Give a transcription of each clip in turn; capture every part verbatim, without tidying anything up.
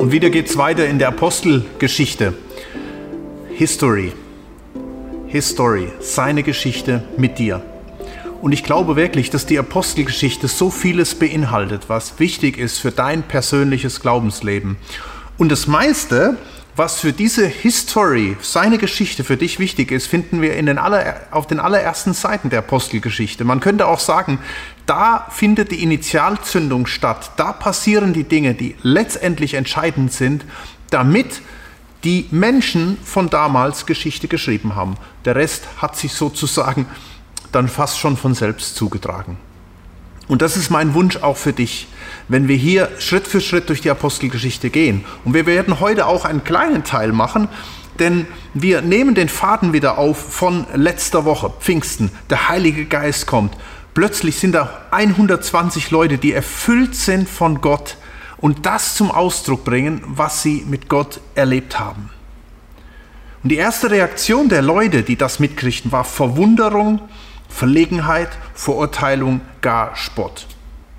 Und wieder geht es weiter in der Apostelgeschichte. History. History. Seine Geschichte mit dir. Und ich glaube wirklich, dass die Apostelgeschichte so vieles beinhaltet, was wichtig ist für dein persönliches Glaubensleben. Und das meiste, was für diese History, seine Geschichte für dich wichtig ist, finden wir in den aller, auf den allerersten Seiten der Apostelgeschichte. Man könnte auch sagen, da findet die Initialzündung statt. Da passieren die Dinge, die letztendlich entscheidend sind, damit die Menschen von damals Geschichte geschrieben haben. Der Rest hat sich sozusagen dann fast schon von selbst zugetragen. Und das ist mein Wunsch auch für dich, wenn wir hier Schritt für Schritt durch die Apostelgeschichte gehen. Und wir werden heute auch einen kleinen Teil machen, denn wir nehmen den Faden wieder auf von letzter Woche, Pfingsten. Der Heilige Geist kommt. Plötzlich sind da hundertzwanzig Leute, die erfüllt sind von Gott und das zum Ausdruck bringen, was sie mit Gott erlebt haben. Und die erste Reaktion der Leute, die das mitkriegten, war Verwunderung, Verlegenheit, Verurteilung, gar Spott.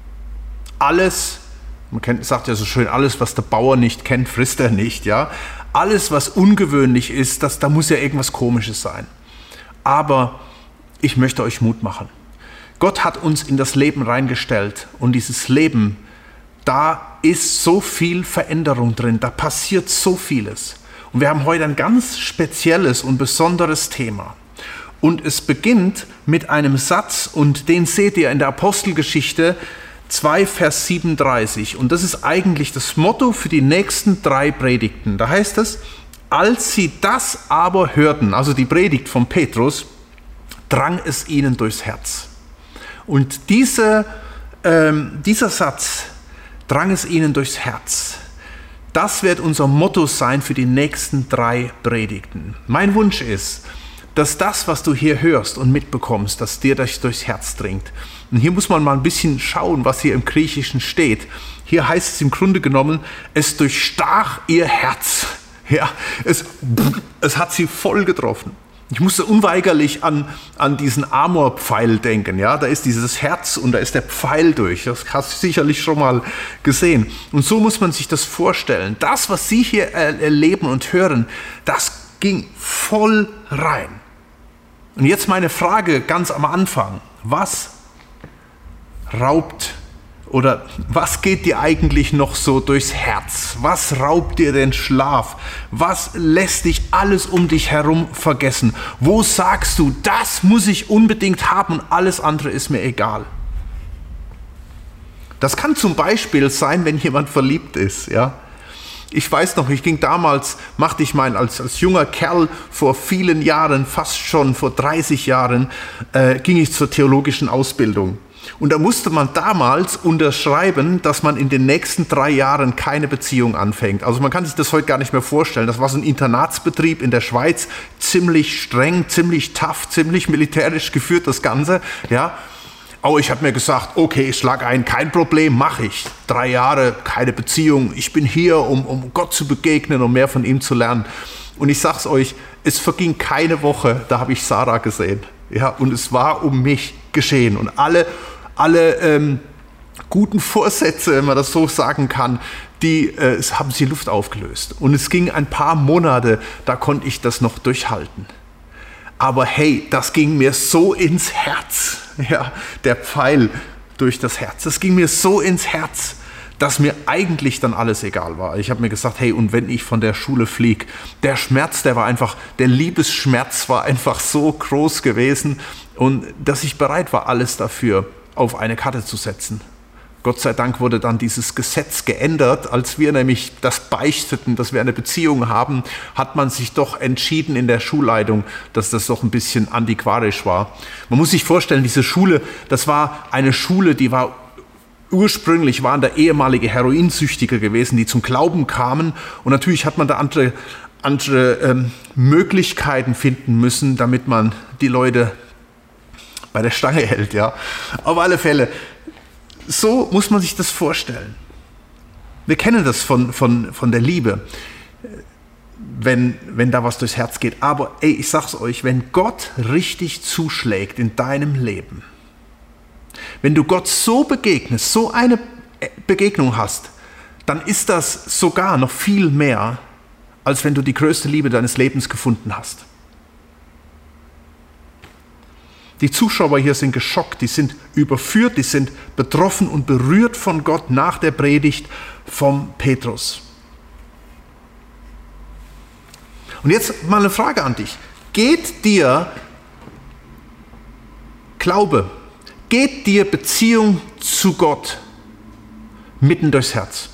Alles, man kennt, sagt ja so schön, alles, was der Bauer nicht kennt, frisst er nicht. Ja? Alles, was ungewöhnlich ist, das, da muss ja irgendwas Komisches sein. Aber ich möchte euch Mut machen. Gott hat uns in das Leben reingestellt und dieses Leben, da ist so viel Veränderung drin, da passiert so vieles. Und wir haben heute ein ganz spezielles und besonderes Thema. Und es beginnt mit einem Satz und den seht ihr in der Apostelgeschichte zwei, Vers siebenunddreißig. Und das ist eigentlich das Motto für die nächsten drei Predigten. Da heißt es, als sie das aber hörten, also die Predigt von Petrus, drang es ihnen durchs Herz. Und diese, ähm, dieser Satz, drang es ihnen durchs Herz, das wird unser Motto sein für die nächsten drei Predigten. Mein Wunsch ist, dass das, was du hier hörst und mitbekommst, dass dir das durchs Herz dringt. Und hier muss man mal ein bisschen schauen, was hier im Griechischen steht. Hier heißt es im Grunde genommen, es durchstach ihr Herz. Ja, es, es hat sie voll getroffen. Ich musste unweigerlich an, an diesen Amorpfeil denken. Ja, da ist dieses Herz und da ist der Pfeil durch. Das hast du sicherlich schon mal gesehen. Und so muss man sich das vorstellen. Das, was Sie hier erleben und hören, das ging voll rein. Und jetzt meine Frage ganz am Anfang. Was raubt oder was geht dir eigentlich noch so durchs Herz? Was raubt dir den Schlaf? Was lässt dich alles um dich herum vergessen? Wo sagst du, das muss ich unbedingt haben und alles andere ist mir egal? Das kann zum Beispiel sein, wenn jemand verliebt ist, ja. Ich weiß noch, ich ging damals, machte ich mein, als, als junger Kerl vor vielen Jahren, fast schon vor dreißig Jahren, äh, ging ich zur theologischen Ausbildung. Und da musste man damals unterschreiben, dass man in den nächsten drei Jahren keine Beziehung anfängt. Also man kann sich das heute gar nicht mehr vorstellen. Das war so ein Internatsbetrieb in der Schweiz, ziemlich streng, ziemlich tough, ziemlich militärisch geführt das Ganze, ja. Aber ich habe mir gesagt, okay, ich schlag ein, kein Problem, mache ich. Drei Jahre, keine Beziehung. Ich bin hier, um, um Gott zu begegnen, um mehr von ihm zu lernen. Und ich sag's euch, es verging keine Woche, da habe ich Sarah gesehen. Ja, und es war um mich geschehen. Und alle, alle ähm, guten Vorsätze, wenn man das so sagen kann, die äh, haben sie Luft aufgelöst. Und es ging ein paar Monate, da konnte ich das noch durchhalten. Aber hey, das ging mir so ins Herz, ja, der Pfeil durch das Herz. Das ging mir so ins Herz, dass mir eigentlich dann alles egal war. Ich habe mir gesagt, hey, und wenn ich von der Schule fliege, der Schmerz, der war einfach, der Liebesschmerz war einfach so groß gewesen und dass ich bereit war, alles dafür auf eine Karte zu setzen. Gott sei Dank wurde dann dieses Gesetz geändert. Als wir nämlich das beichteten, dass wir eine Beziehung haben, hat man sich doch entschieden in der Schulleitung, dass das doch ein bisschen antiquarisch war. Man muss sich vorstellen, diese Schule, das war eine Schule, die war ursprünglich, waren da ehemalige Heroinsüchtige gewesen, die zum Glauben kamen. Und natürlich hat man da andere, andere ähm, Möglichkeiten finden müssen, damit man die Leute bei der Stange hält. Ja. Auf alle Fälle. So muss man sich das vorstellen. Wir kennen das von, von, von der Liebe, wenn, wenn da was durchs Herz geht. Aber ey, ich sag's euch, wenn Gott richtig zuschlägt in deinem Leben, wenn du Gott so begegnest, so eine Begegnung hast, dann ist das sogar noch viel mehr, als wenn du die größte Liebe deines Lebens gefunden hast. Die Zuschauer hier sind geschockt, die sind überführt, die sind betroffen und berührt von Gott nach der Predigt vom Petrus. Und jetzt mal eine Frage an dich. Geht dir Glaube, geht dir Beziehung zu Gott mitten durchs Herz?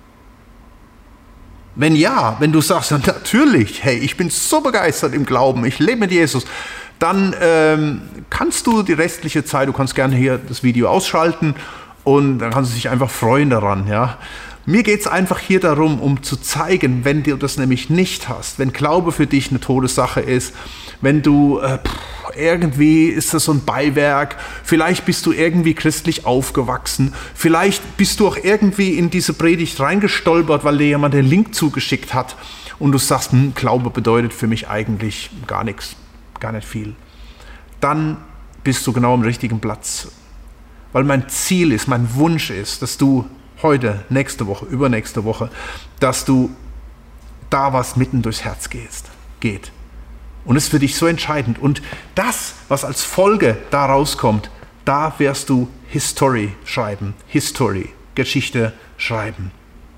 Wenn ja, wenn du sagst, ja, natürlich, hey, ich bin so begeistert im Glauben, ich lebe mit Jesus, dann ähm, kannst du die restliche Zeit, du kannst gerne hier das Video ausschalten und dann kannst du dich einfach freuen daran. Ja? Mir geht es einfach hier darum, um zu zeigen, wenn du das nämlich nicht hast, wenn Glaube für dich eine Todessache ist, wenn du äh, pff, irgendwie ist das so ein Beiwerk, vielleicht bist du irgendwie christlich aufgewachsen, vielleicht bist du auch irgendwie in diese Predigt reingestolpert, weil dir jemand den Link zugeschickt hat und du sagst, hm, Glaube bedeutet für mich eigentlich gar nichts, gar nicht viel. Dann bist du genau am richtigen Platz, weil mein Ziel ist, mein Wunsch ist, dass du heute, nächste Woche, übernächste Woche, dass du da was mitten durchs Herz gehst, geht. Und es ist für dich so entscheidend. Und das, was als Folge da rauskommt, da wirst du History schreiben. History, Geschichte schreiben.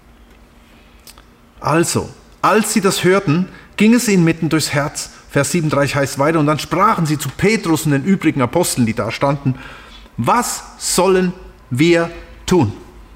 Also, als sie das hörten, ging es ihnen mitten durchs Herz. Vers siebenunddreißig heißt weiter, und dann sprachen sie zu Petrus und den übrigen Aposteln, die da standen, was sollen wir tun?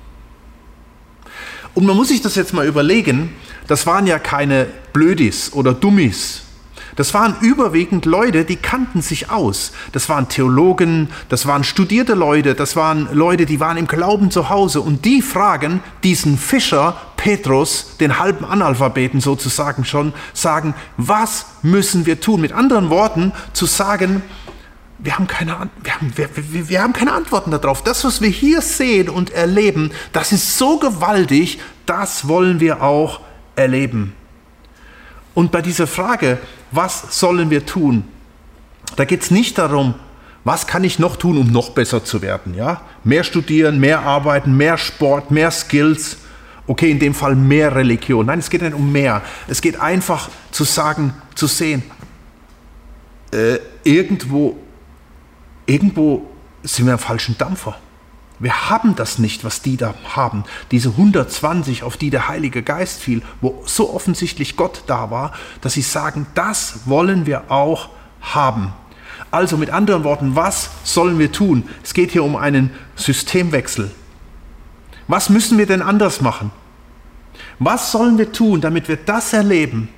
Und man muss sich das jetzt mal überlegen, das waren ja keine Blödis oder Dummis. Das waren überwiegend Leute, die kannten sich aus. Das waren Theologen, das waren studierte Leute, das waren Leute, die waren im Glauben zu Hause. Und die fragen diesen Fischer, Petrus, den halben Analphabeten sozusagen schon, sagen, was müssen wir tun? Mit anderen Worten, zu sagen, wir haben keine, wir haben, wir, wir, wir haben keine Antworten darauf. Das, was wir hier sehen und erleben, das ist so gewaltig, das wollen wir auch erleben. Und bei dieser Frage, was sollen wir tun? Da geht es nicht darum, was kann ich noch tun, um noch besser zu werden. Ja? Mehr studieren, mehr arbeiten, mehr Sport, mehr Skills. Okay, in dem Fall mehr Religion. Nein, es geht nicht um mehr. Es geht einfach zu sagen, zu sehen, äh, irgendwo, irgendwo sind wir am falschen Dampfer. Wir haben das nicht, was die da haben. Diese hundertzwanzig, auf die der Heilige Geist fiel, wo so offensichtlich Gott da war, dass sie sagen, das wollen wir auch haben. Also mit anderen Worten, was sollen wir tun? Es geht hier um einen Systemwechsel. Was müssen wir denn anders machen? Was sollen wir tun, damit wir das erleben?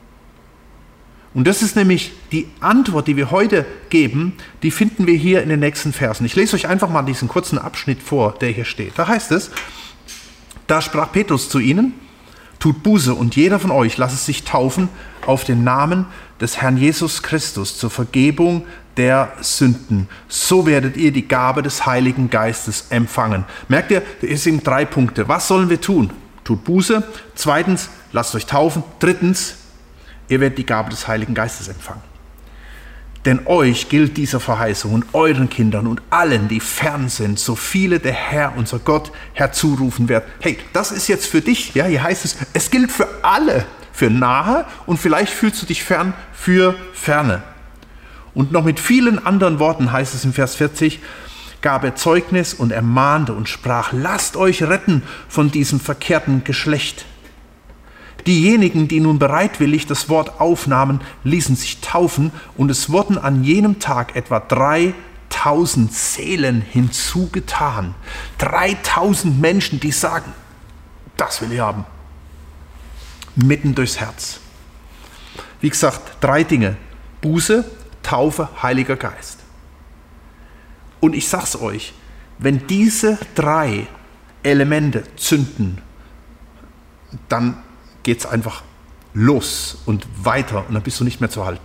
Und das ist nämlich die Antwort, die wir heute geben, die finden wir hier in den nächsten Versen. Ich lese euch einfach mal diesen kurzen Abschnitt vor, der hier steht. Da heißt es, da sprach Petrus zu ihnen, tut Buße und jeder von euch lasse sich taufen auf den Namen des Herrn Jesus Christus zur Vergebung der Sünden. So werdet ihr die Gabe des Heiligen Geistes empfangen. Merkt ihr, es sind drei Punkte. Was sollen wir tun? Tut Buße. Zweitens, lasst euch taufen. Drittens, ihr werdet die Gabe des Heiligen Geistes empfangen. Denn euch gilt diese Verheißung und euren Kindern und allen, die fern sind, so viele der Herr, unser Gott, herzurufen wird. Hey, das ist jetzt für dich, ja, hier heißt es, es gilt für alle, für nahe und vielleicht fühlst du dich fern für ferne. Und noch mit vielen anderen Worten heißt es im Vers vierzig, gab er Zeugnis und ermahnte und sprach, lasst euch retten von diesem verkehrten Geschlecht. Diejenigen, die nun bereitwillig das Wort aufnahmen, ließen sich taufen und es wurden an jenem Tag etwa dreitausend Seelen hinzugetan. dreitausend Menschen, die sagen, das will ich haben. Mitten durchs Herz. Wie gesagt, drei Dinge. Buße, Taufe, Heiliger Geist. Und ich sag's euch, wenn diese drei Elemente zünden, dann geht es einfach los und weiter und dann bist du nicht mehr zu halten.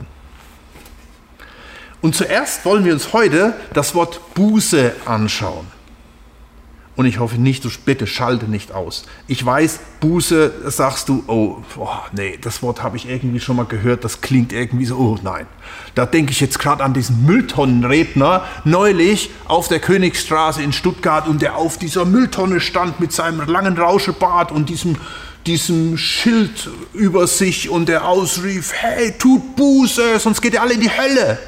Und zuerst wollen wir uns heute das Wort Buße anschauen. Und ich hoffe nicht, du bitte schalte nicht aus. Ich weiß, Buße, sagst du, oh, oh nee, das Wort habe ich irgendwie schon mal gehört, das klingt irgendwie so, oh nein. Da denke ich jetzt gerade an diesen Mülltonnenredner, neulich auf der Königsstraße in Stuttgart und der auf dieser Mülltonne stand mit seinem langen Rauschebart und diesem, diesem Schild über sich und der ausrief, hey, tut Buße, sonst geht ihr alle in die Hölle.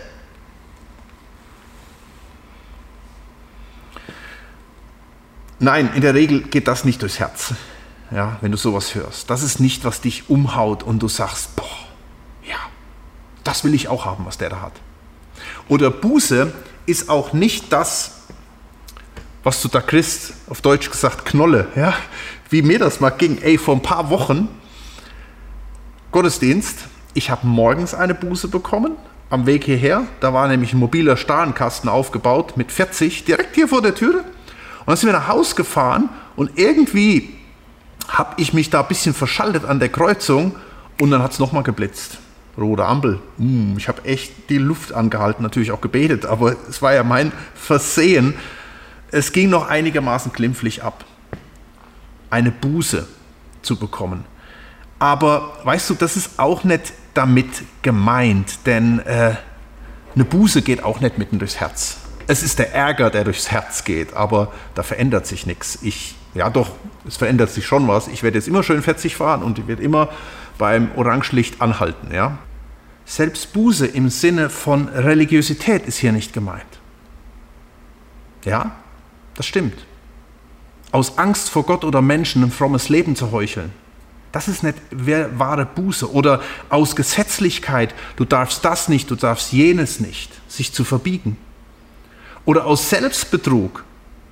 Nein, in der Regel geht das nicht durchs Herz, ja, wenn du sowas hörst. Das ist nicht, was dich umhaut und du sagst, boah, ja, das will ich auch haben, was der da hat. Oder Buße ist auch nicht das, was du da kriegst, auf Deutsch gesagt Knolle, ja, wie mir das mal ging. Ey, vor ein paar Wochen, Gottesdienst, ich habe morgens eine Buße bekommen, am Weg hierher, da war nämlich ein mobiler Starenkasten aufgebaut mit vierzig, direkt hier vor der Türe. Und dann sind wir nach Hause gefahren und irgendwie habe ich mich da ein bisschen verschaltet an der Kreuzung und dann hat es nochmal geblitzt. Rote Ampel. Mm, ich habe echt die Luft angehalten, natürlich auch gebetet, aber es war ja mein Versehen. Es ging noch einigermaßen glimpflich ab, eine Buße zu bekommen. Aber weißt du, das ist auch nicht damit gemeint, denn äh, eine Buße geht auch nicht mitten durchs Herz. Es ist der Ärger, der durchs Herz geht, aber da verändert sich nichts. Ich, ja doch, es verändert sich schon was. Ich werde jetzt immer schön vierzig fahren und ich werde immer beim Orangelicht anhalten. Ja? Selbst Buße im Sinne von Religiosität ist hier nicht gemeint. Ja, das stimmt. Aus Angst vor Gott oder Menschen ein frommes Leben zu heucheln. Das ist nicht wahre Buße. Oder aus Gesetzlichkeit, du darfst das nicht, du darfst jenes nicht, sich zu verbiegen. Oder aus Selbstbetrug,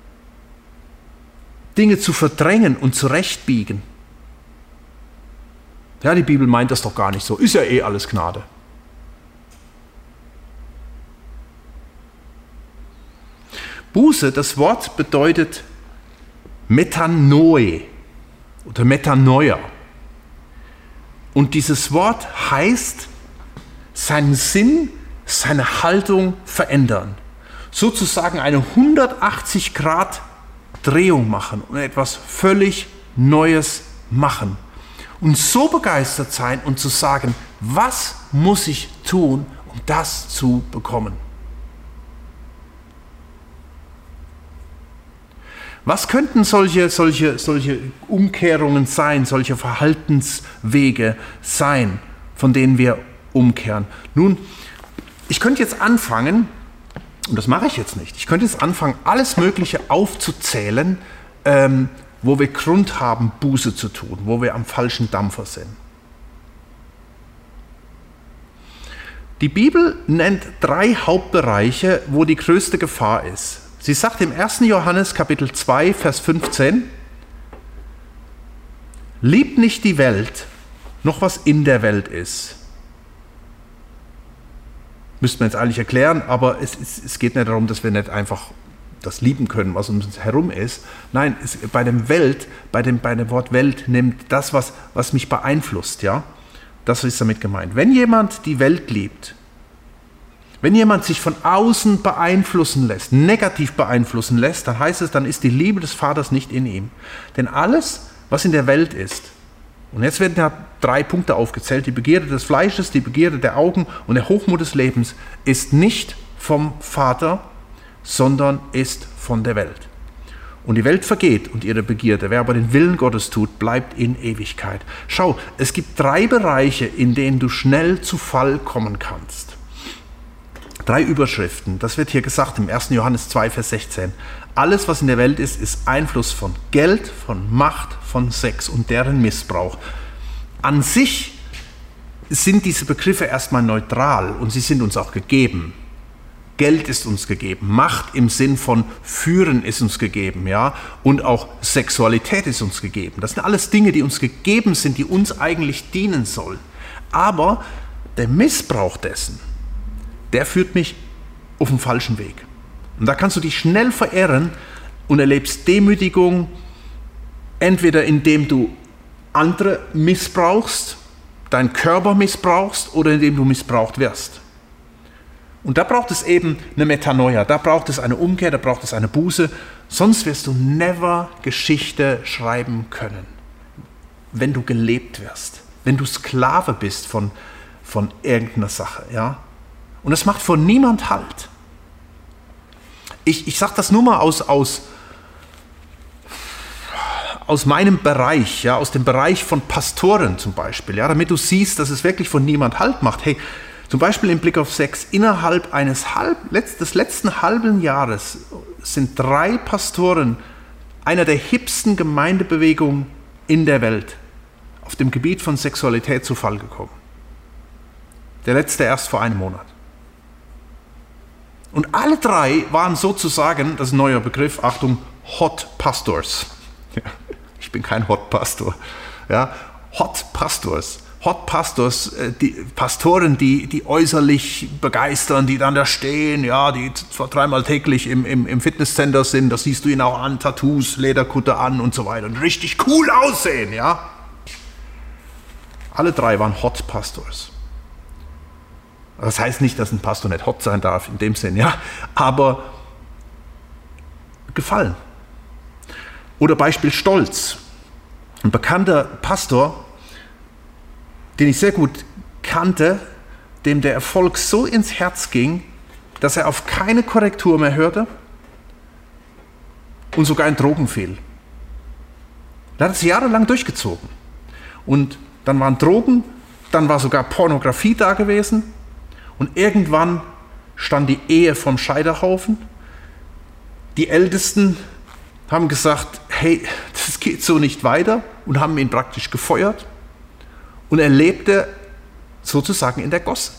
Dinge zu verdrängen und zurechtbiegen. Ja, die Bibel meint das doch gar nicht so. Ist ja eh alles Gnade. Buße, das Wort bedeutet Metanoe oder Metanoia. Und dieses Wort heißt, seinen Sinn, seine Haltung verändern. Sozusagen eine hundertachtzig Grad Drehung machen und etwas völlig Neues machen. Und so begeistert sein und zu sagen, was muss ich tun, um das zu bekommen? Was könnten solche, solche, solche Umkehrungen sein, solche Verhaltenswege sein, von denen wir umkehren? Nun, ich könnte jetzt anfangen, und das mache ich jetzt nicht, ich könnte jetzt anfangen, alles Mögliche aufzuzählen, ähm, wo wir Grund haben, Buße zu tun, wo wir am falschen Dampfer sind. Die Bibel nennt drei Hauptbereiche, wo die größte Gefahr ist. Sie sagt im ersten Johannes Kapitel zwei, Vers fünfzehn, liebt nicht die Welt, noch was in der Welt ist. Müsste man jetzt eigentlich erklären, aber es, es, es geht nicht darum, dass wir nicht einfach das lieben können, was um uns herum ist. Nein, es, bei dem Welt, bei dem, bei dem Wort Welt nimmt das, was, was mich beeinflusst, ja, das ist damit gemeint. Wenn jemand die Welt liebt, wenn jemand sich von außen beeinflussen lässt, negativ beeinflussen lässt, dann heißt es, dann ist die Liebe des Vaters nicht in ihm. Denn alles, was in der Welt ist, und jetzt werden ja drei Punkte aufgezählt, die Begierde des Fleisches, die Begierde der Augen und der Hochmut des Lebens, ist nicht vom Vater, sondern ist von der Welt. Und die Welt vergeht und ihre Begierde. Wer aber den Willen Gottes tut, bleibt in Ewigkeit. Schau, es gibt drei Bereiche, in denen du schnell zu Fall kommen kannst. Drei Überschriften, das wird hier gesagt im ersten Johannes zwei, Vers sechzehn. Alles, was in der Welt ist, ist Einfluss von Geld, von Macht, von Sex und deren Missbrauch. An sich sind diese Begriffe erstmal neutral und sie sind uns auch gegeben. Geld ist uns gegeben, Macht im Sinn von Führen ist uns gegeben, ja, und auch Sexualität ist uns gegeben. Das sind alles Dinge, die uns gegeben sind, die uns eigentlich dienen sollen. Aber der Missbrauch dessen, der führt mich auf den falschen Weg. Und da kannst du dich schnell verirren und erlebst Demütigung, entweder indem du andere missbrauchst, deinen Körper missbrauchst oder indem du missbraucht wirst. Und da braucht es eben eine Metanoia, da braucht es eine Umkehr, da braucht es eine Buße. Sonst wirst du never Geschichte schreiben können, wenn du gelebt wirst, wenn du Sklave bist von, von irgendeiner Sache. Ja? Und das macht vor niemand Halt. Ich, ich sage das nur mal aus, aus, aus meinem Bereich, ja, aus dem Bereich von Pastoren zum Beispiel, ja, damit du siehst, dass es wirklich von niemand Halt macht. Hey, zum Beispiel im Blick auf sechs, innerhalb eines halb, des letzten halben Jahres sind drei Pastoren einer der hipsten Gemeindebewegungen in der Welt auf dem Gebiet von Sexualität zu Fall gekommen. Der letzte erst vor einem Monat. Und alle drei waren sozusagen, das ist ein neuer Begriff, Achtung, Hot Pastors. Ja, ich bin kein Hot Pastor. Ja, Hot Pastors. Hot Pastors, die Pastoren, die, die äußerlich begeistern, die dann da stehen, ja, die zwar dreimal täglich im, im, im Fitnesscenter sind, das siehst du ihnen auch an, Tattoos, Lederkutte an und so weiter, und richtig cool aussehen, ja. Alle drei waren Hot Pastors. Das heißt nicht, dass ein Pastor nicht hot sein darf, in dem Sinn, ja, aber gefallen. Oder Beispiel Stolz. Ein bekannter Pastor, den ich sehr gut kannte, dem der Erfolg so ins Herz ging, dass er auf keine Korrektur mehr hörte und sogar in Drogen fiel. Er hat es jahrelang durchgezogen. Und dann waren Drogen, dann war sogar Pornografie da gewesen und irgendwann stand die Ehe vom Scheiterhaufen. Die Ältesten haben gesagt, hey, das geht so nicht weiter und haben ihn praktisch gefeuert. Und er lebte sozusagen in der Gosse.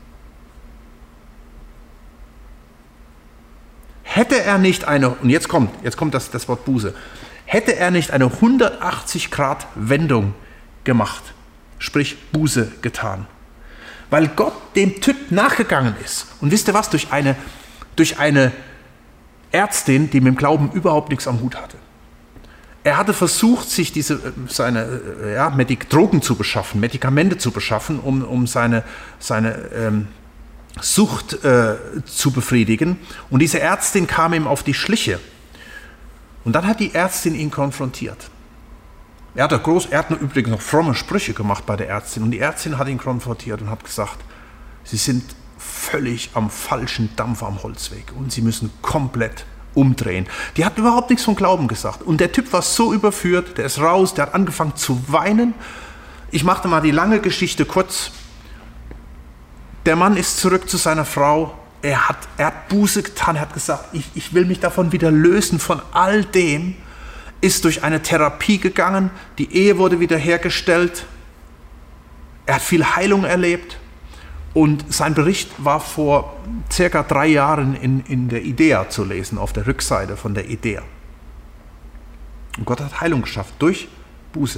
Hätte er nicht eine, und jetzt kommt, jetzt kommt das, das Wort Buße, hätte er nicht eine hundertachtzig Grad Wendung gemacht, sprich Buße getan, weil Gott dem Typ nachgegangen ist. Und wisst ihr was, durch eine, durch eine Ärztin, die mit dem Glauben überhaupt nichts am Hut hatte. Er hatte versucht, sich diese, seine ja, Medik- Drogen zu beschaffen, Medikamente zu beschaffen, um, um seine, seine ähm, Sucht äh, zu befriedigen. Und diese Ärztin kam ihm auf die Schliche. Und dann hat die Ärztin ihn konfrontiert. Er hat, groß, er hat übrigens noch fromme Sprüche gemacht bei der Ärztin. Und die Ärztin hat ihn konfrontiert und hat gesagt, Sie sind völlig am falschen Dampf am Holzweg und Sie müssen komplett umdrehen. Die hat überhaupt nichts von Glauben gesagt. Und der Typ war so überführt, der ist raus, der hat angefangen zu weinen. Ich machte mal die lange Geschichte kurz. Der Mann ist zurück zu seiner Frau. Er hat, er hat Buße getan, er hat gesagt, ich, ich will mich davon wieder lösen, von all dem. Ist durch eine Therapie gegangen, die Ehe wurde wiederhergestellt. Er hat viel Heilung erlebt. Und sein Bericht war vor circa drei Jahren in, in der IDEA zu lesen, auf der Rückseite von der IDEA. Und Gott hat Heilung geschafft durch Buße.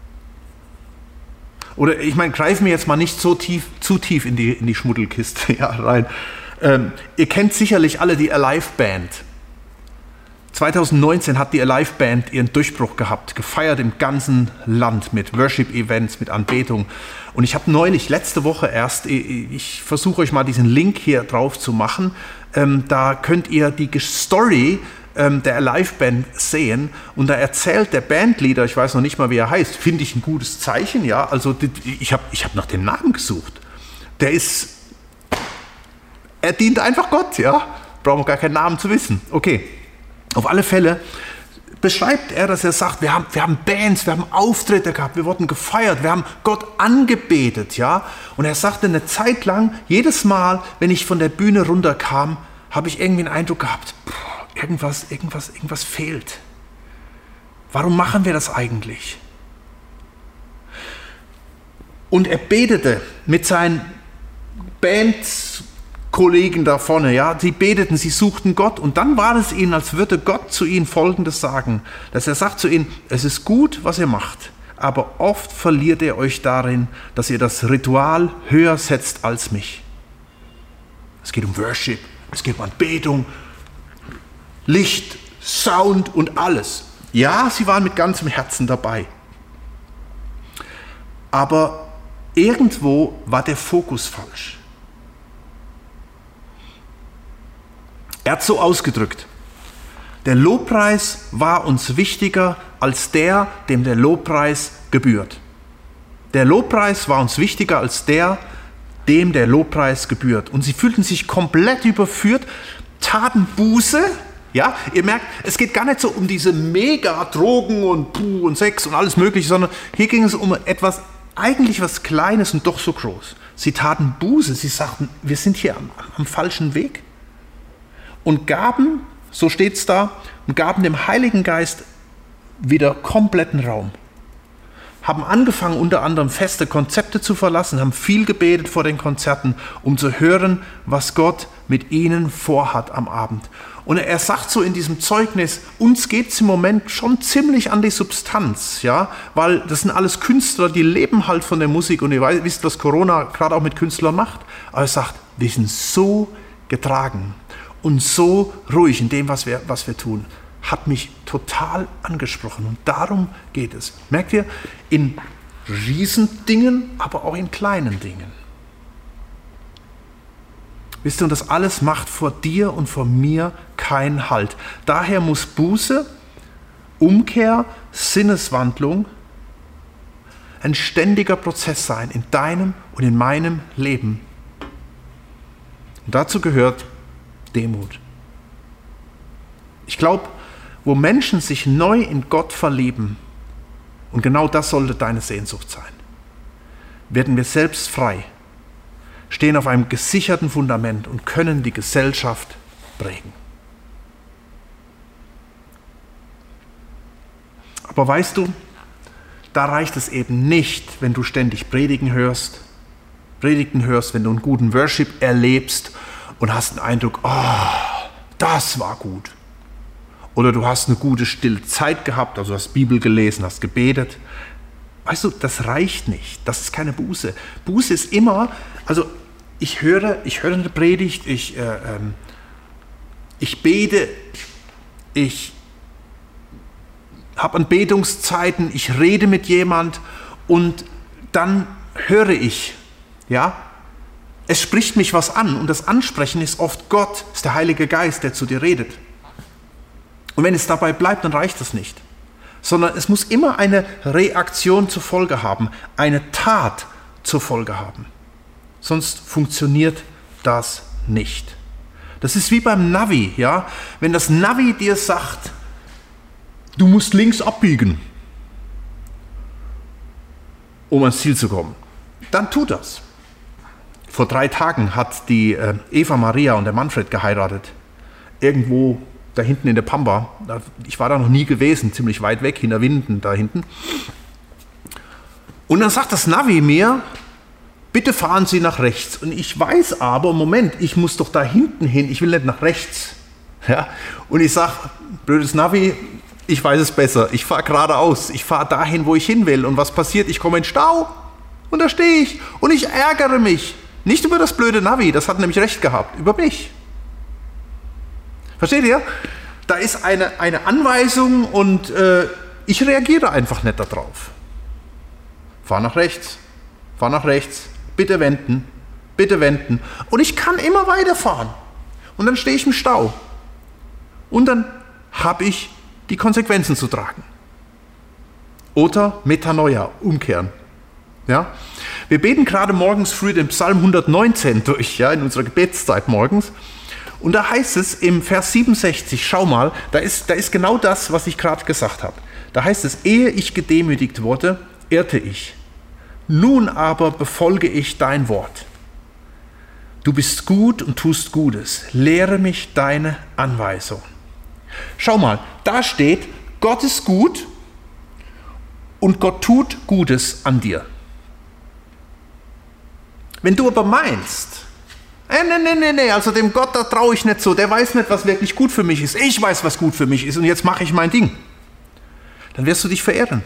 Oder ich meine, greifen wir jetzt mal nicht so tief, zu tief in die, in die Schmuddelkiste ja, rein. Ähm, ihr kennt sicherlich alle die Alive Band. zwanzig neunzehn hat die Alive Band ihren Durchbruch gehabt, gefeiert im ganzen Land mit Worship-Events, mit Anbetung. Und ich habe neulich, letzte Woche erst, ich, ich versuche euch mal diesen Link hier drauf zu machen, ähm, da könnt ihr die Story ähm, der Alive Band sehen und da erzählt der Bandleader, ich weiß noch nicht mal, wie er heißt, finde ich ein gutes Zeichen, ja, also ich habe ich hab nach dem Namen gesucht. Der ist, er dient einfach Gott, ja, brauchen wir gar keinen Namen zu wissen, okay. Auf alle Fälle beschreibt er, dass er sagt, wir haben, wir haben Bands, wir haben Auftritte gehabt, wir wurden gefeiert, wir haben Gott angebetet, ja. Und er sagte eine Zeit lang, jedes Mal, wenn ich von der Bühne runterkam, habe ich irgendwie einen Eindruck gehabt, boah, irgendwas, irgendwas, irgendwas fehlt. Warum machen wir das eigentlich? Und er betete mit seinen Bands, Kollegen da vorne, ja, sie beteten, sie suchten Gott und dann war es ihnen, als würde Gott zu ihnen Folgendes sagen, dass er sagt zu ihnen, es ist gut, was ihr macht, aber oft verliert ihr euch darin, dass ihr das Ritual höher setzt als mich. Es geht um Worship, es geht um Anbetung, Licht, Sound und alles. Ja, sie waren mit ganzem Herzen dabei. Aber irgendwo war der Fokus falsch. Er hat so ausgedrückt: Der Lobpreis war uns wichtiger als der, dem der Lobpreis gebührt. Der Lobpreis war uns wichtiger als der, dem der Lobpreis gebührt. Und sie fühlten sich komplett überführt, taten Buße. Ja, ihr merkt, es geht gar nicht so um diese Mega-Drogen und Puh und Sex und alles Mögliche, sondern hier ging es um etwas, eigentlich was Kleines und doch so groß. Sie taten Buße, sie sagten, wir sind hier am, am falschen Weg. Und gaben, so steht es da, und gaben dem Heiligen Geist wieder kompletten Raum. Haben angefangen, unter anderem feste Konzepte zu verlassen, haben viel gebetet vor den Konzerten, um zu hören, was Gott mit ihnen vorhat am Abend. Und er sagt so in diesem Zeugnis, uns geht es im Moment schon ziemlich an die Substanz, ja, weil das sind alles Künstler, die leben halt von der Musik und ihr wisst, was Corona gerade auch mit Künstlern macht. Aber er sagt, wir sind so getragen und so ruhig in dem, was wir, was wir tun. Hat mich total angesprochen und darum geht es. Merkt ihr, in Riesendingen, aber auch in kleinen Dingen. Wisst ihr, und das alles macht vor dir und vor mir keinen Halt. Daher muss Buße, Umkehr, Sinneswandlung ein ständiger Prozess sein in deinem und in meinem Leben. Und dazu gehört Demut. Ich glaube, wo Menschen sich neu in Gott verlieben, und genau das sollte deine Sehnsucht sein, werden wir selbst frei, stehen auf einem gesicherten Fundament und können die Gesellschaft prägen. Aber weißt du, da reicht es eben nicht, wenn du ständig Predigen hörst, Predigten hörst, wenn du einen guten Worship erlebst und hast den Eindruck, oh, das war gut. Oder du hast eine gute stille Zeit gehabt, also hast Bibel gelesen, hast gebetet. Weißt du, das reicht nicht. Das ist keine Buße. Buße ist immer, also ich höre, ich höre eine Predigt, ich, äh, ähm, ich bete, ich habe Anbetungszeiten, ich rede mit jemand und dann höre ich, ja, es spricht mich was an und das Ansprechen ist oft Gott, ist der Heilige Geist, der zu dir redet. Und wenn es dabei bleibt, dann reicht das nicht. Sondern es muss immer eine Reaktion zur Folge haben, eine Tat zur Folge haben. Sonst funktioniert das nicht. Das ist wie beim Navi, ja? Wenn das Navi dir sagt, du musst links abbiegen, um ans Ziel zu kommen, dann tu das. Vor drei Tagen hat die äh, Eva Maria und der Manfred geheiratet. Irgendwo da hinten in der Pampa. Ich war da noch nie gewesen, ziemlich weit weg, hinter Winden da hinten. Und dann sagt das Navi mir, bitte fahren Sie nach rechts. Und ich weiß aber, Moment, ich muss doch da hinten hin, ich will nicht nach rechts. Ja? Und ich sage, blödes Navi, ich weiß es besser, ich fahre geradeaus, ich fahre dahin, wo ich hin will. Und was passiert? Ich komme in Stau und da stehe ich und ich ärgere mich. Nicht über das blöde Navi, das hat nämlich recht gehabt, über mich. Versteht ihr? Da ist eine, eine Anweisung und äh, ich reagiere einfach nicht darauf. Fahr nach rechts, fahr nach rechts, bitte wenden, bitte wenden. Und ich kann immer weiterfahren. Und dann stehe ich im Stau. Und dann habe ich die Konsequenzen zu tragen. Oder Metanoia, umkehren. Ja? Wir beten gerade morgens früh den Psalm hundertneunzehn durch, ja, in unserer Gebetszeit morgens. Und da heißt es im Vers siebenundsechzig, schau mal, da ist, da ist genau das, was ich gerade gesagt habe. Da heißt es, ehe ich gedemütigt wurde, irrte ich. Nun aber befolge ich dein Wort. Du bist gut und tust Gutes. Lehre mich deine Anweisung. Schau mal, da steht, Gott ist gut und Gott tut Gutes an dir. Wenn du aber meinst, Äh, nee, nee, nee, nee, also dem Gott, da traue ich nicht so, der weiß nicht, was wirklich gut für mich ist. Ich weiß, was gut für mich ist und jetzt mache ich mein Ding. Dann wirst du dich verirren.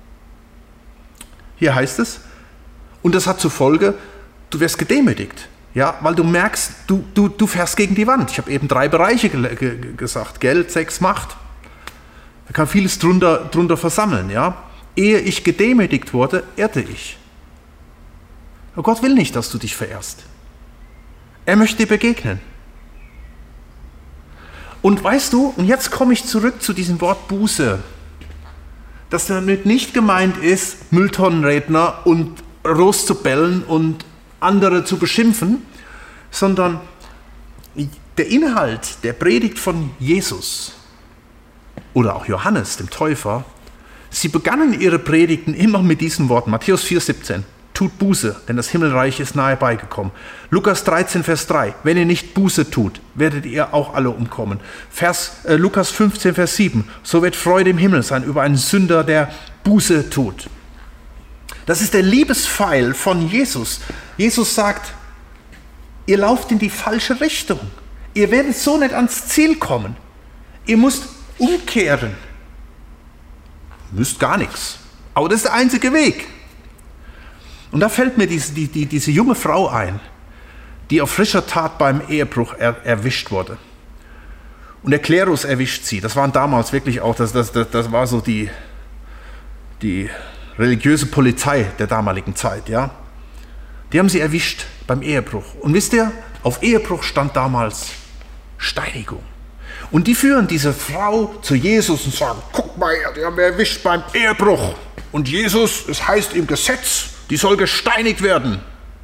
Hier heißt es, und das hat zur Folge, du wirst gedemütigt. Ja, weil du merkst, du, du, du fährst gegen die Wand. Ich habe eben drei Bereiche ge- ge- gesagt, Geld, Sex, Macht. Da kann vieles drunter, drunter versammeln. Ja? Ehe ich gedemütigt wurde, irrte ich. Aber Gott will nicht, dass du dich verirrst. Er möchte dir begegnen. Und weißt du, und jetzt komme ich zurück zu diesem Wort Buße, dass damit nicht gemeint ist, Mülltonnenredner und loszubellen und andere zu beschimpfen, sondern der Inhalt der Predigt von Jesus oder auch Johannes, dem Täufer, sie begannen ihre Predigten immer mit diesen Worten. Matthäus vier, siebzehn. Tut Buße, denn das Himmelreich ist nahe beigekommen. Lukas dreizehn, Vers drei. Wenn ihr nicht Buße tut, werdet ihr auch alle umkommen. Vers, äh, Lukas fünfzehn, Vers sieben. So wird Freude im Himmel sein über einen Sünder, der Buße tut. Das ist der Liebespfeil von Jesus. Jesus sagt, ihr lauft in die falsche Richtung. Ihr werdet so nicht ans Ziel kommen. Ihr müsst umkehren. Ihr müsst gar nichts. Aber das ist der einzige Weg. Und da fällt mir diese, die, die, diese junge Frau ein, die auf frischer Tat beim Ehebruch er, erwischt wurde. Und der Klerus erwischt sie. Das waren damals wirklich auch, das, das, das, das war so die, die religiöse Polizei der damaligen Zeit. Ja? Die haben sie erwischt beim Ehebruch. Und wisst ihr, auf Ehebruch stand damals Steinigung. Und die führen diese Frau zu Jesus und sagen, guck mal, die haben wir erwischt beim Ehebruch. Und Jesus, es heißt im Gesetz, die soll gesteinigt werden.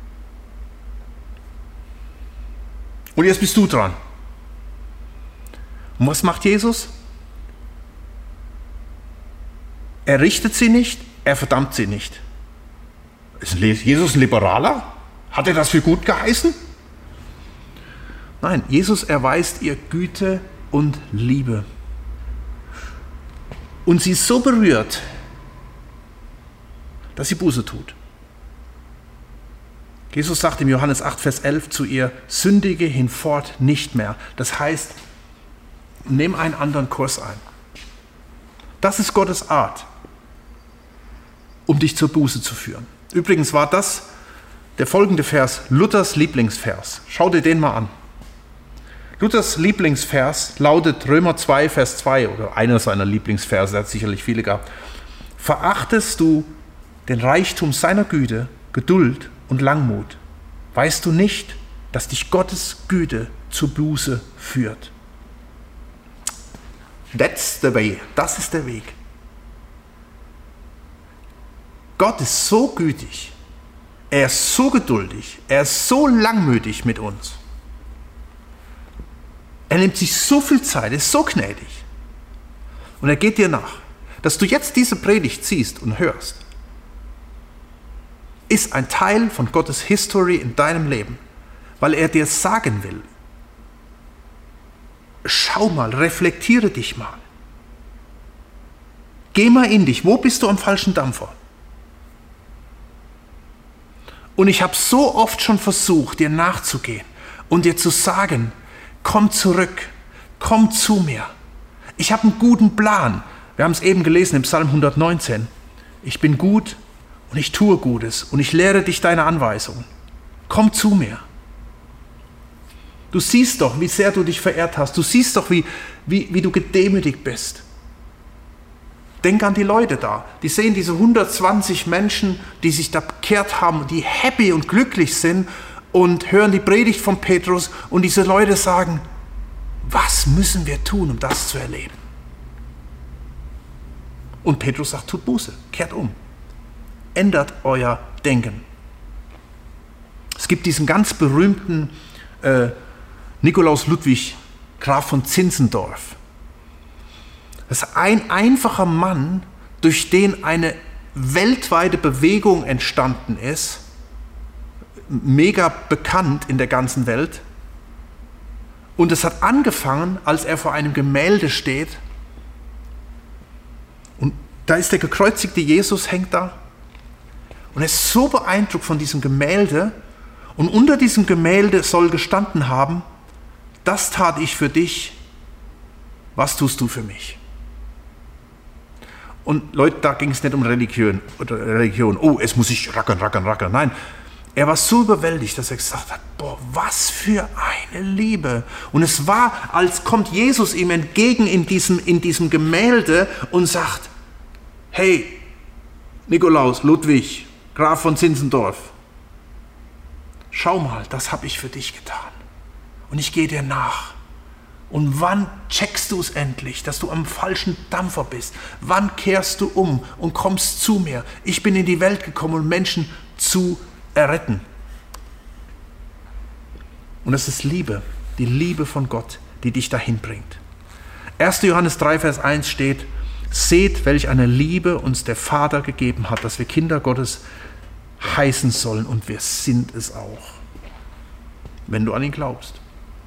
Und jetzt bist du dran. Und was macht Jesus? Er richtet sie nicht, er verdammt sie nicht. Ist Jesus ein Liberaler? Hat er das für gut geheißen? Nein, Jesus erweist ihr Güte und Liebe. Und sie ist so berührt, dass sie Buße tut. Jesus sagt im Johannes acht, Vers elf zu ihr, sündige hinfort nicht mehr. Das heißt, nimm einen anderen Kurs ein. Das ist Gottes Art, um dich zur Buße zu führen. Übrigens war das der folgende Vers, Luthers Lieblingsvers. Schau dir den mal an. Luthers Lieblingsvers lautet Römer zwei, Vers zwei, oder einer seiner Lieblingsverse, er hat sicherlich viele gehabt. Verachtest du den Reichtum seiner Güte, Geduld und Langmut, weißt du nicht, dass dich Gottes Güte zur Buße führt? That's the way. Das ist der Weg. Gott ist so gütig, er ist so geduldig, er ist so langmütig mit uns. Er nimmt sich so viel Zeit, er ist so gnädig. Und er geht dir nach. Dass du jetzt diese Predigt siehst und hörst, ist ein Teil von Gottes History in deinem Leben, weil er dir sagen will, schau mal, reflektiere dich mal. Geh mal in dich, wo bist du am falschen Dampfer? Und ich habe so oft schon versucht, dir nachzugehen und dir zu sagen, komm zurück, komm zu mir. Ich habe einen guten Plan. Wir haben es eben gelesen im Psalm hundertneunzehn. Ich bin gut und ich tue Gutes und ich lehre dich deine Anweisungen. Komm zu mir. Du siehst doch, wie sehr du dich verehrt hast. Du siehst doch, wie, wie, wie du gedemütigt bist. Denk an die Leute da. Die sehen diese hundertzwanzig Menschen, die sich da bekehrt haben, die happy und glücklich sind und hören die Predigt von Petrus und diese Leute sagen, was müssen wir tun, um das zu erleben? Und Petrus sagt, tut Buße, kehrt um. Ändert euer Denken. Es gibt diesen ganz berühmten äh, Nikolaus Ludwig, Graf von Zinzendorf. Das ist ein einfacher Mann, durch den eine weltweite Bewegung entstanden ist, mega bekannt in der ganzen Welt. Und es hat angefangen, als er vor einem Gemälde steht. Und da ist der gekreuzigte Jesus, hängt da. Und er ist so beeindruckt von diesem Gemälde. Und unter diesem Gemälde soll gestanden haben, das tat ich für dich, was tust du für mich? Und Leute, da ging es nicht um Religion, oder Religion. Oh, es muss ich rackern, rackern, rackern. Nein, er war so überwältigt, dass er gesagt hat, boah, was für eine Liebe. Und es war, als kommt Jesus ihm entgegen in diesem, in diesem Gemälde und sagt, hey, Nikolaus, Ludwig, Graf von Zinzendorf, schau mal, das habe ich für dich getan. Und ich gehe dir nach. Und wann checkst du es endlich, dass du am falschen Dampfer bist? Wann kehrst du um und kommst zu mir? Ich bin in die Welt gekommen, um Menschen zu erretten. Und es ist Liebe, die Liebe von Gott, die dich dahin bringt. erster Johannes drei, Vers eins steht: Seht, welch eine Liebe uns der Vater gegeben hat, dass wir Kinder Gottes heißen sollen, und wir sind es auch, wenn du an ihn glaubst.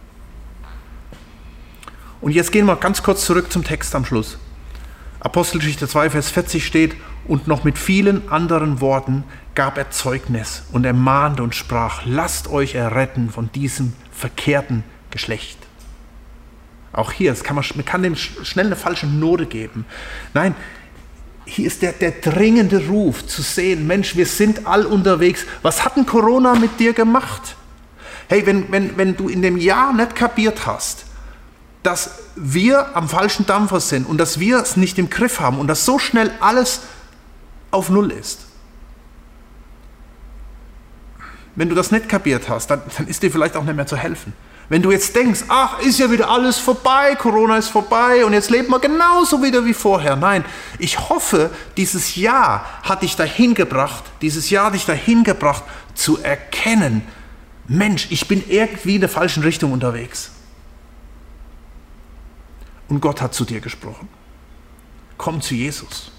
Und jetzt gehen wir ganz kurz zurück zum Text am Schluss. Apostelgeschichte zwei, Vers vierzig steht: Und noch mit vielen anderen Worten gab er Zeugnis und ermahnte und sprach: Lasst euch erretten von diesem verkehrten Geschlecht. Auch hier, das kann man, man kann dem schnell eine falsche Note geben. Nein, hier ist der, der dringende Ruf zu sehen: Mensch, wir sind all unterwegs. Was hat denn Corona mit dir gemacht? Hey, wenn, wenn, wenn du in dem Jahr nicht kapiert hast, dass wir am falschen Dampfer sind und dass wir es nicht im Griff haben und dass so schnell alles auf Null ist. Wenn du das nicht kapiert hast, dann, dann ist dir vielleicht auch nicht mehr zu helfen. Wenn du jetzt denkst, ach, ist ja wieder alles vorbei, Corona ist vorbei und jetzt leben wir genauso wieder wie vorher. Nein, ich hoffe, dieses Jahr hat dich dahin gebracht, dieses Jahr hat dich dahin gebracht, zu erkennen: Mensch, ich bin irgendwie in der falschen Richtung unterwegs. Und Gott hat zu dir gesprochen. Komm zu Jesus.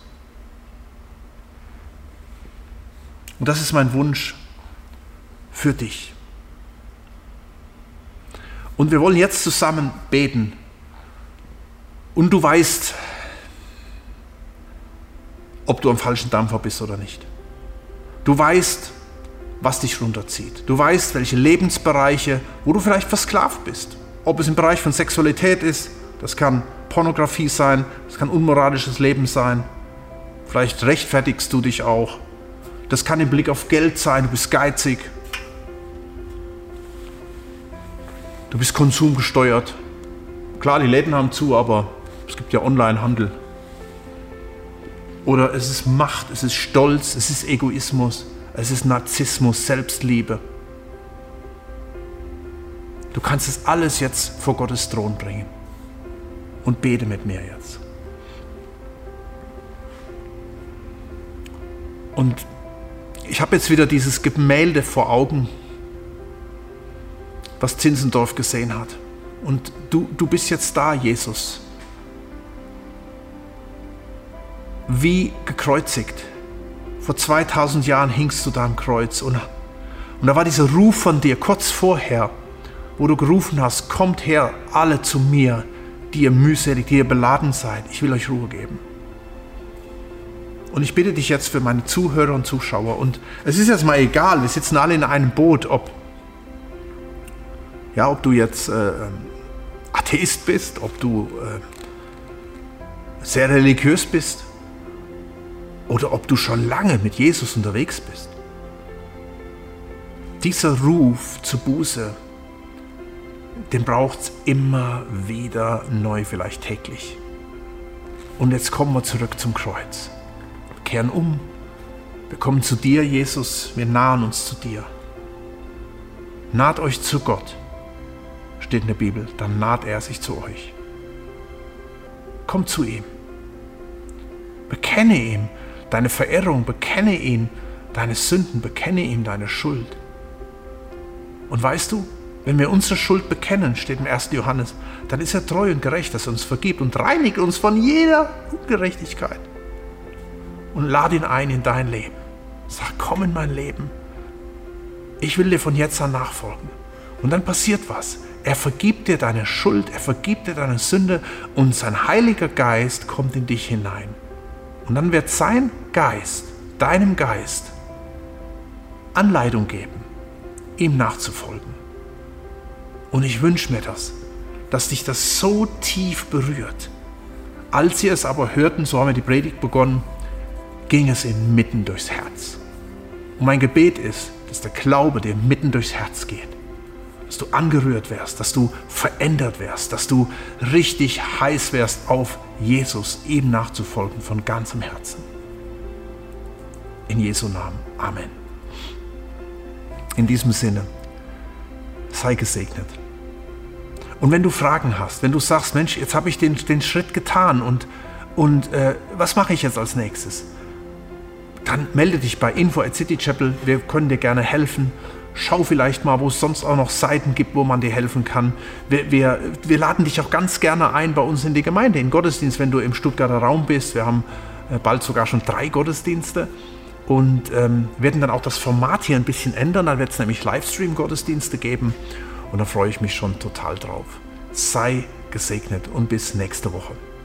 Und das ist mein Wunsch für dich. Und wir wollen jetzt zusammen beten. Und du weißt, ob du am falschen Dampfer bist oder nicht. Du weißt, was dich runterzieht. Du weißt, welche Lebensbereiche, wo du vielleicht versklavt bist. Ob es im Bereich von Sexualität ist, das kann Pornografie sein, das kann unmoralisches Leben sein. Vielleicht rechtfertigst du dich auch. Das kann im Blick auf Geld sein, du bist geizig. Du bist konsumgesteuert. Klar, die Läden haben zu, aber es gibt ja Onlinehandel. Oder es ist Macht, es ist Stolz, es ist Egoismus, es ist Narzissmus, Selbstliebe. Du kannst es alles jetzt vor Gottes Thron bringen. Und bete mit mir jetzt. Und ich habe jetzt wieder dieses Gemälde vor Augen, was Zinzendorf gesehen hat. Und du, du bist jetzt da, Jesus. Wie gekreuzigt. Vor zweitausend Jahren hingst du da am Kreuz. Und, und da war dieser Ruf von dir kurz vorher, wo du gerufen hast: Kommt her, alle zu mir, die ihr mühselig, die ihr beladen seid. Ich will euch Ruhe geben. Und ich bitte dich jetzt für meine Zuhörer und Zuschauer, und es ist jetzt mal egal, wir sitzen alle in einem Boot, ob, ja, ob du jetzt äh, Atheist bist, ob du äh, sehr religiös bist oder ob du schon lange mit Jesus unterwegs bist. Dieser Ruf zur Buße, den braucht es immer wieder neu, vielleicht täglich. Und jetzt kommen wir zurück zum Kreuz. Wir kehren um. Wir kommen zu dir, Jesus. Wir nahen uns zu dir. Naht euch zu Gott, steht in der Bibel. Dann naht er sich zu euch. Komm zu ihm. Bekenne ihm deine Verirrung. Bekenne ihm deine Sünden. Bekenne ihm deine Schuld. Und weißt du, wenn wir unsere Schuld bekennen, steht im ersten Johannes, dann ist er treu und gerecht, dass er uns vergibt und reinigt uns von jeder Ungerechtigkeit. Und lade ihn ein in dein Leben. Sag: Komm in mein Leben. Ich will dir von jetzt an nachfolgen. Und dann passiert was. Er vergibt dir deine Schuld, er vergibt dir deine Sünde und sein Heiliger Geist kommt in dich hinein. Und dann wird sein Geist, deinem Geist, Anleitung geben, ihm nachzufolgen. Und ich wünsche mir das, dass dich das so tief berührt. Als sie es aber hörten, so haben wir die Predigt begonnen, ging es ihnen mitten durchs Herz. Und mein Gebet ist, dass der Glaube dir mitten durchs Herz geht. Dass du angerührt wärst, dass du verändert wärst, dass du richtig heiß wärst auf Jesus, ihm nachzufolgen von ganzem Herzen. In Jesu Namen. Amen. In diesem Sinne, sei gesegnet. Und wenn du Fragen hast, wenn du sagst, Mensch, jetzt habe ich den, den Schritt getan und, und äh, was mache ich jetzt als nächstes? Dann melde dich bei info at citychapel, wir können dir gerne helfen. Schau vielleicht mal, wo es sonst auch noch Seiten gibt, wo man dir helfen kann. Wir, wir, wir laden dich auch ganz gerne ein bei uns in die Gemeinde, in den Gottesdienst, wenn du im Stuttgarter Raum bist. Wir haben äh, bald sogar schon drei Gottesdienste und ähm, werden dann auch das Format hier ein bisschen ändern. Dann wird es nämlich Livestream-Gottesdienste geben. Und da freue ich mich schon total drauf. Sei gesegnet und bis nächste Woche.